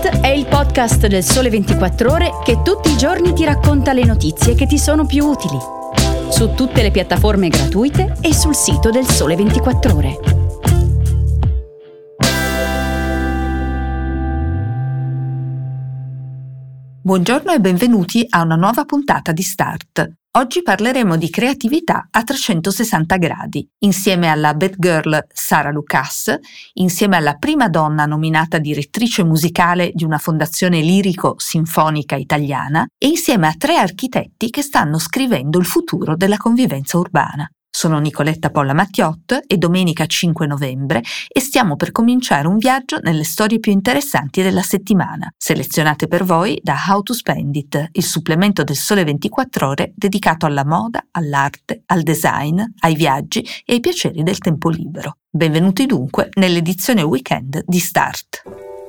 Start è il podcast del Sole 24 Ore che tutti i giorni ti racconta le notizie che ti sono più utili. Su tutte le piattaforme gratuite e sul sito del Sole 24 Ore. Buongiorno e benvenuti a una nuova puntata di Start. Oggi parleremo di creatività a 360 gradi, insieme alla bad girl Sara Lucas, insieme alla prima donna nominata direttrice musicale di una fondazione lirico-sinfonica italiana e insieme a 3 architetti che stanno scrivendo il futuro della convivenza urbana. Sono Nicoletta Polla Mattiot, è domenica 5 novembre e stiamo per cominciare un viaggio nelle storie più interessanti della settimana, selezionate per voi da How to Spend It, il supplemento del Sole 24 Ore dedicato alla moda, all'arte, al design, ai viaggi e ai piaceri del tempo libero. Benvenuti dunque nell'edizione weekend di Start.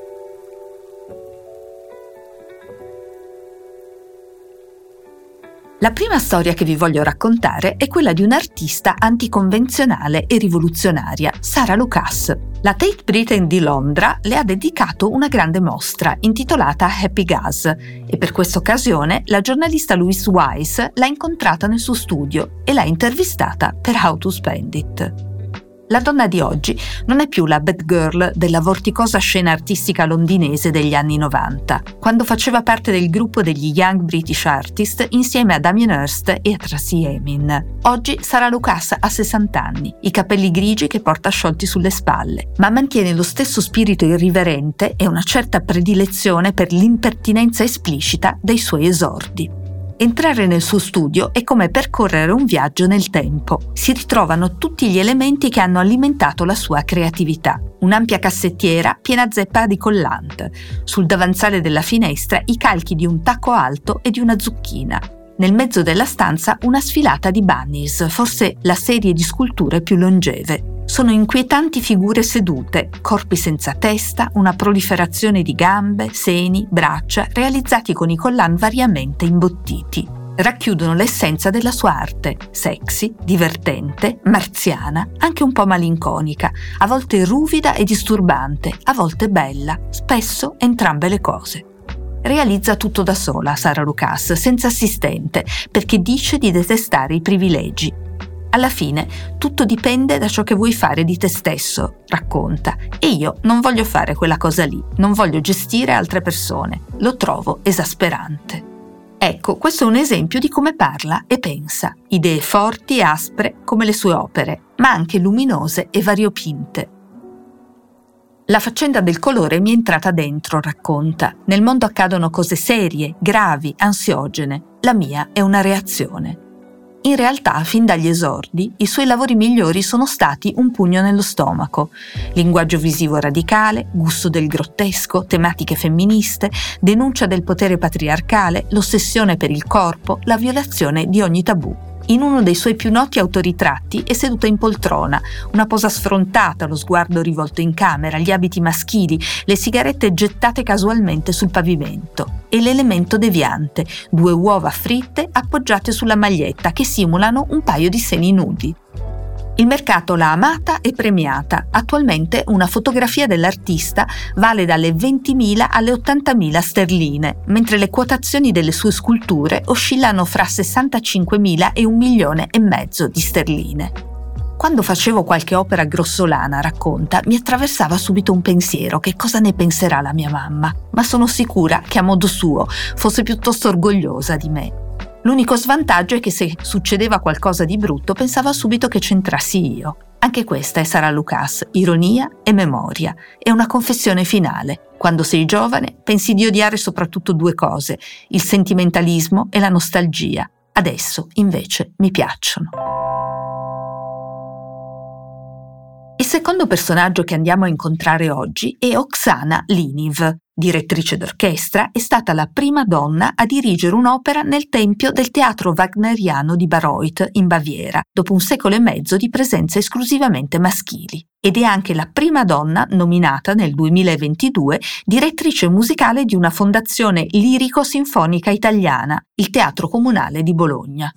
La prima storia che vi voglio raccontare è quella di un'artista anticonvenzionale e rivoluzionaria, Sara Lucas. La Tate Britain di Londra le ha dedicato una grande mostra intitolata Happy Gas e per questa occasione la giornalista Louise Weiss l'ha incontrata nel suo studio e l'ha intervistata per How to Spend It. La donna di oggi non è più la bad girl della vorticosa scena artistica londinese degli anni 90, quando faceva parte del gruppo degli Young British Artists insieme a Damien Hirst e a Tracey Emin. Oggi Sara Lucas ha 60 anni, i capelli grigi che porta sciolti sulle spalle, ma mantiene lo stesso spirito irriverente e una certa predilezione per l'impertinenza esplicita dei suoi esordi. Entrare nel suo studio è come percorrere un viaggio nel tempo. Si ritrovano tutti gli elementi che hanno alimentato la sua creatività. Un'ampia cassettiera piena zeppa di collante. Sul davanzale della finestra i calchi di un tacco alto e di una zucchina. Nel mezzo della stanza una sfilata di bunnies, forse la serie di sculture più longeve. Sono inquietanti figure sedute, corpi senza testa, una proliferazione di gambe, seni, braccia, realizzati con i collant variamente imbottiti. Racchiudono l'essenza della sua arte, sexy, divertente, marziana, anche un po' malinconica, a volte ruvida e disturbante, a volte bella, spesso entrambe le cose. Realizza tutto da sola Sara Lucas, senza assistente, perché dice di detestare i privilegi. Alla fine tutto dipende da ciò che vuoi fare di te stesso, racconta, e io non voglio fare quella cosa lì, non voglio gestire altre persone, lo trovo esasperante. Ecco, questo è un esempio di come parla e pensa, idee forti e aspre come le sue opere, ma anche luminose e variopinte. La faccenda del colore mi è entrata dentro, racconta. Nel mondo accadono cose serie, gravi, ansiogene. La mia è una reazione. In realtà, fin dagli esordi, i suoi lavori migliori sono stati un pugno nello stomaco. Linguaggio visivo radicale, gusto del grottesco, tematiche femministe, denuncia del potere patriarcale, l'ossessione per il corpo, la violazione di ogni tabù. In uno dei suoi più noti autoritratti è seduta in poltrona, una posa sfrontata, lo sguardo rivolto in camera, gli abiti maschili, le sigarette gettate casualmente sul pavimento e l'elemento deviante, 2 uova fritte appoggiate sulla maglietta che simulano un paio di seni nudi. Il mercato l'ha amata e premiata. Attualmente una fotografia dell'artista vale dalle 20.000 alle 80.000 sterline, mentre le quotazioni delle sue sculture oscillano fra 65.000 e 1,5 milioni di sterline. Quando facevo qualche opera grossolana, racconta, mi attraversava subito un pensiero: che cosa ne penserà la mia mamma? Ma sono sicura che a modo suo fosse piuttosto orgogliosa di me. L'unico svantaggio è che se succedeva qualcosa di brutto pensava subito che c'entrassi io. Anche questa è Sara Lucas, ironia e memoria. È una confessione finale. Quando sei giovane pensi di odiare soprattutto 2 cose, il sentimentalismo e la nostalgia. Adesso, invece, mi piacciono. Il secondo personaggio che andiamo a incontrare oggi è Oksana Liniv. Direttrice d'orchestra, è stata la prima donna a dirigere un'opera nel tempio del teatro wagneriano di Bayreuth, in Baviera, dopo 1 secolo e mezzo di presenze esclusivamente maschili. Ed è anche la prima donna nominata nel 2022 direttrice musicale di una fondazione lirico-sinfonica italiana, il Teatro Comunale di Bologna.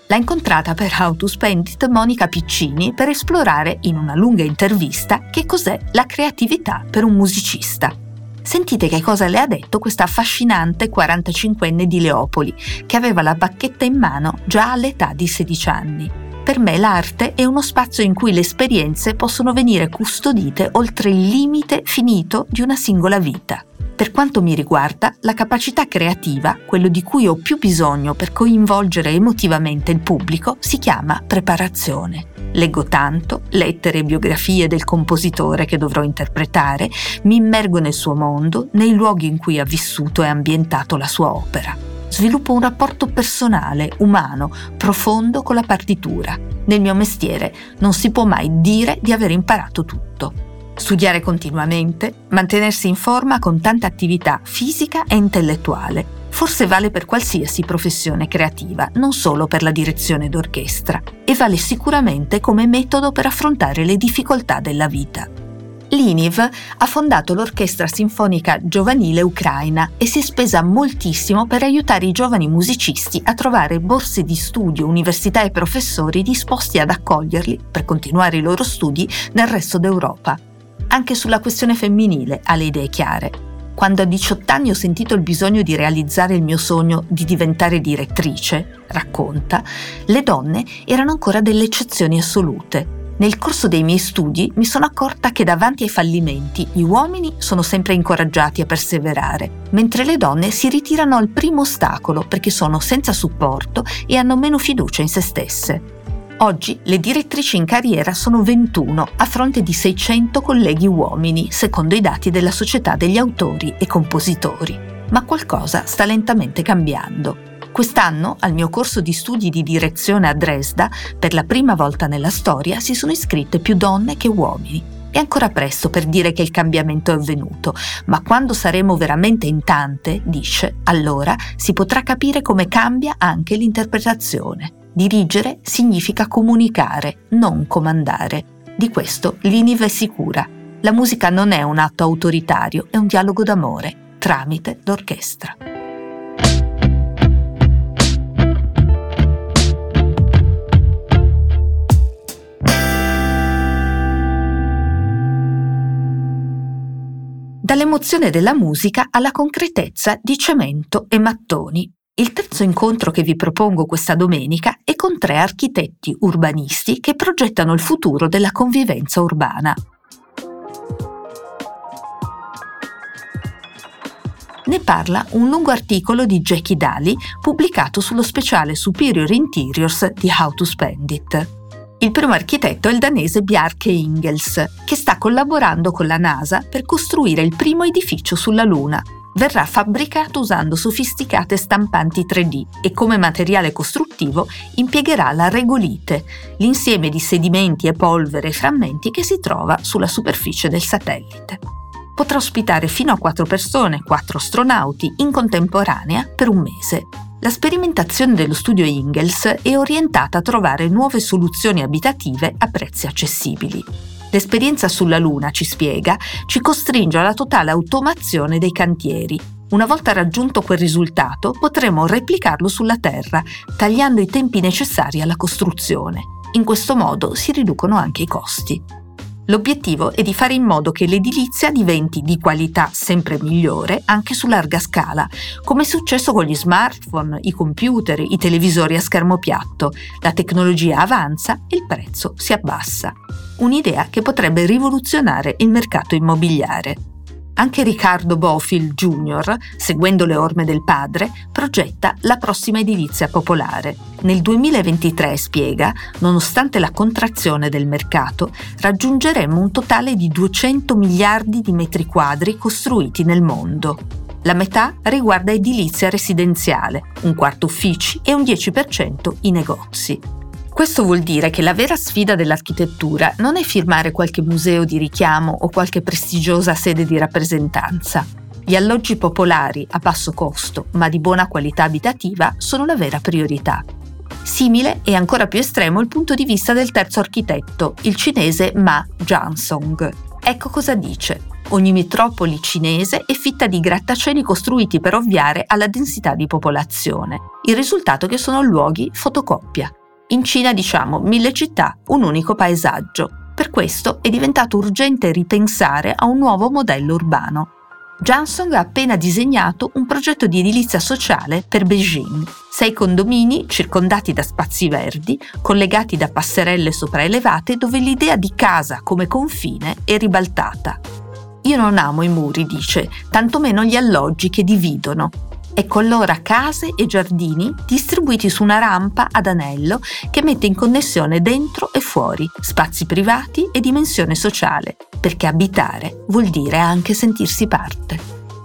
L'ha incontrata per How to Spend It Monica Piccini per esplorare in una lunga intervista che cos'è la creatività per un musicista. Sentite che cosa le ha detto questa affascinante 45enne di Leopoli, che aveva la bacchetta in mano già all'età di 16 anni. Per me l'arte è uno spazio in cui le esperienze possono venire custodite oltre il limite finito di una singola vita. Per quanto mi riguarda, la capacità creativa, quello di cui ho più bisogno per coinvolgere emotivamente il pubblico, si chiama preparazione. Leggo tanto, lettere e biografie del compositore che dovrò interpretare, mi immergo nel suo mondo, nei luoghi in cui ha vissuto e ambientato la sua opera. Sviluppo un rapporto personale, umano, profondo con la partitura. Nel mio mestiere non si può mai dire di aver imparato tutto. Studiare continuamente, mantenersi in forma con tanta attività fisica e intellettuale. Forse vale per qualsiasi professione creativa, non solo per la direzione d'orchestra, e vale sicuramente come metodo per affrontare le difficoltà della vita. L'INIV ha fondato l'Orchestra Sinfonica Giovanile Ucraina e si è spesa moltissimo per aiutare i giovani musicisti a trovare borse di studio, università e professori disposti ad accoglierli per continuare i loro studi nel resto d'Europa. Anche sulla questione femminile ha le idee chiare. Quando a 18 anni ho sentito il bisogno di realizzare il mio sogno di diventare direttrice, racconta, le donne erano ancora delle eccezioni assolute. Nel corso dei miei studi mi sono accorta che davanti ai fallimenti gli uomini sono sempre incoraggiati a perseverare, mentre le donne si ritirano al primo ostacolo perché sono senza supporto e hanno meno fiducia in se stesse. Oggi le direttrici in carriera sono 21 a fronte di 600 colleghi uomini, secondo i dati della Società degli Autori e Compositori. Ma qualcosa sta lentamente cambiando. Quest'anno, al mio corso di studi di direzione a Dresda, per la prima volta nella storia si sono iscritte più donne che uomini. È ancora presto per dire che il cambiamento è avvenuto, ma quando saremo veramente in tante, dice, allora si potrà capire come cambia anche l'interpretazione. Dirigere significa comunicare, non comandare. Di questo l'INIV è sicura. La musica non è un atto autoritario, è un dialogo d'amore, tramite l'orchestra. Dall'emozione della musica alla concretezza di cemento e mattoni. Il terzo incontro che vi propongo questa domenica è con 3 architetti urbanisti che progettano il futuro della convivenza urbana. Ne parla un lungo articolo di Jackie Daly pubblicato sullo speciale Superior Interiors di How to Spend It. Il primo architetto è il danese Bjarke Ingels, che sta collaborando con la NASA per costruire il primo edificio sulla Luna. Verrà fabbricato usando sofisticate stampanti 3D e come materiale costruttivo impiegherà la regolite, l'insieme di sedimenti e polvere e frammenti che si trova sulla superficie del satellite. Potrà ospitare fino a 4 persone, 4 astronauti, in contemporanea per un mese. La sperimentazione dello studio Ingels è orientata a trovare nuove soluzioni abitative a prezzi accessibili. L'esperienza sulla Luna, ci spiega, ci costringe alla totale automazione dei cantieri. Una volta raggiunto quel risultato, potremo replicarlo sulla Terra, tagliando i tempi necessari alla costruzione. In questo modo si riducono anche i costi. L'obiettivo è di fare in modo che l'edilizia diventi di qualità sempre migliore anche su larga scala, come è successo con gli smartphone, i computer, i televisori a schermo piatto. La tecnologia avanza e il prezzo si abbassa. Un'idea che potrebbe rivoluzionare il mercato immobiliare. Anche Riccardo Bofill Jr., seguendo le orme del padre, progetta la prossima edilizia popolare. Nel 2023, spiega, nonostante la contrazione del mercato, raggiungeremo un totale di 200 miliardi di metri quadri costruiti nel mondo. La metà riguarda edilizia residenziale, un quarto uffici e un 10% i negozi. Questo vuol dire che la vera sfida dell'architettura non è firmare qualche museo di richiamo o qualche prestigiosa sede di rappresentanza. Gli alloggi popolari a basso costo, ma di buona qualità abitativa, sono la vera priorità. Simile e ancora più estremo il punto di vista del terzo architetto, il cinese Ma Jansong, Ecco cosa dice. Ogni metropoli cinese è fitta di grattacieli costruiti per ovviare alla densità di popolazione. Il risultato che sono luoghi fotocopia. In Cina diciamo 1000 città, un unico paesaggio. Per questo è diventato urgente ripensare a un nuovo modello urbano. Jansong ha appena disegnato un progetto di edilizia sociale per Beijing. 6 condomini circondati da spazi verdi, collegati da passerelle sopraelevate dove l'idea di casa come confine è ribaltata. Io non amo i muri, dice, tantomeno gli alloggi che dividono. Ecco allora case e giardini distribuiti su una rampa ad anello che mette in connessione dentro e fuori, spazi privati e dimensione sociale, perché abitare vuol dire anche sentirsi parte.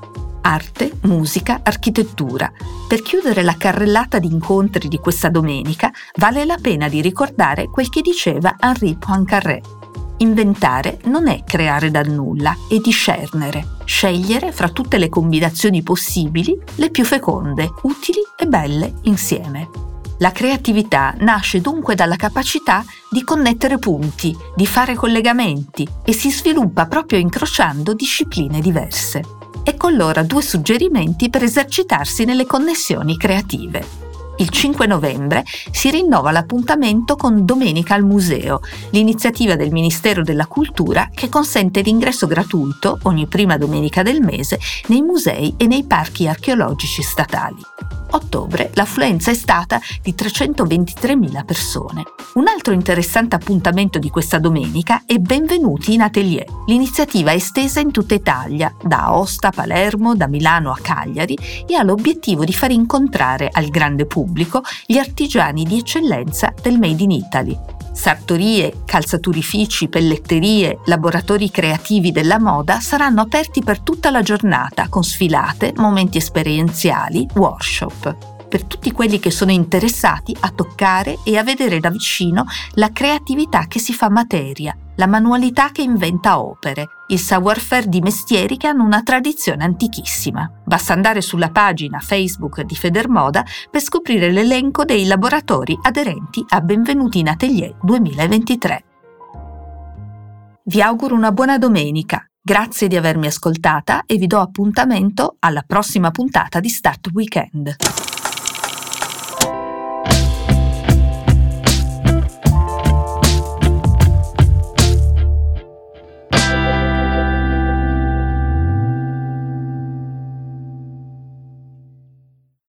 Arte, musica, architettura. Per chiudere la carrellata di incontri di questa domenica vale la pena di ricordare quel che diceva Henri Poincaré. Inventare non è creare dal nulla, è discernere, scegliere fra tutte le combinazioni possibili le più feconde, utili e belle insieme. La creatività nasce dunque dalla capacità di connettere punti, di fare collegamenti e si sviluppa proprio incrociando discipline diverse. Ecco allora 2 suggerimenti per esercitarsi nelle connessioni creative. Il 5 novembre si rinnova l'appuntamento con Domenica al Museo, l'iniziativa del Ministero della Cultura che consente l'ingresso gratuito, ogni prima domenica del mese, nei musei e nei parchi archeologici statali. Ottobre l'affluenza è stata di 323.000 persone. Un altro interessante appuntamento di questa domenica è Benvenuti in Atelier. L'iniziativa è estesa in tutta Italia, da Aosta a Palermo, da Milano a Cagliari, e ha l'obiettivo di far incontrare al grande pubblico gli artigiani di eccellenza del Made in Italy. Sartorie, calzaturifici, pelletterie, laboratori creativi della moda saranno aperti per tutta la giornata con sfilate, momenti esperienziali, workshop. Per tutti quelli che sono interessati a toccare e a vedere da vicino la creatività che si fa materia, la manualità che inventa opere, il savoir-faire di mestieri che hanno una tradizione antichissima. Basta andare sulla pagina Facebook di Federmoda per scoprire l'elenco dei laboratori aderenti a Benvenuti in Atelier 2023. Vi auguro una buona domenica, grazie di avermi ascoltata e vi do appuntamento alla prossima puntata di Start Weekend.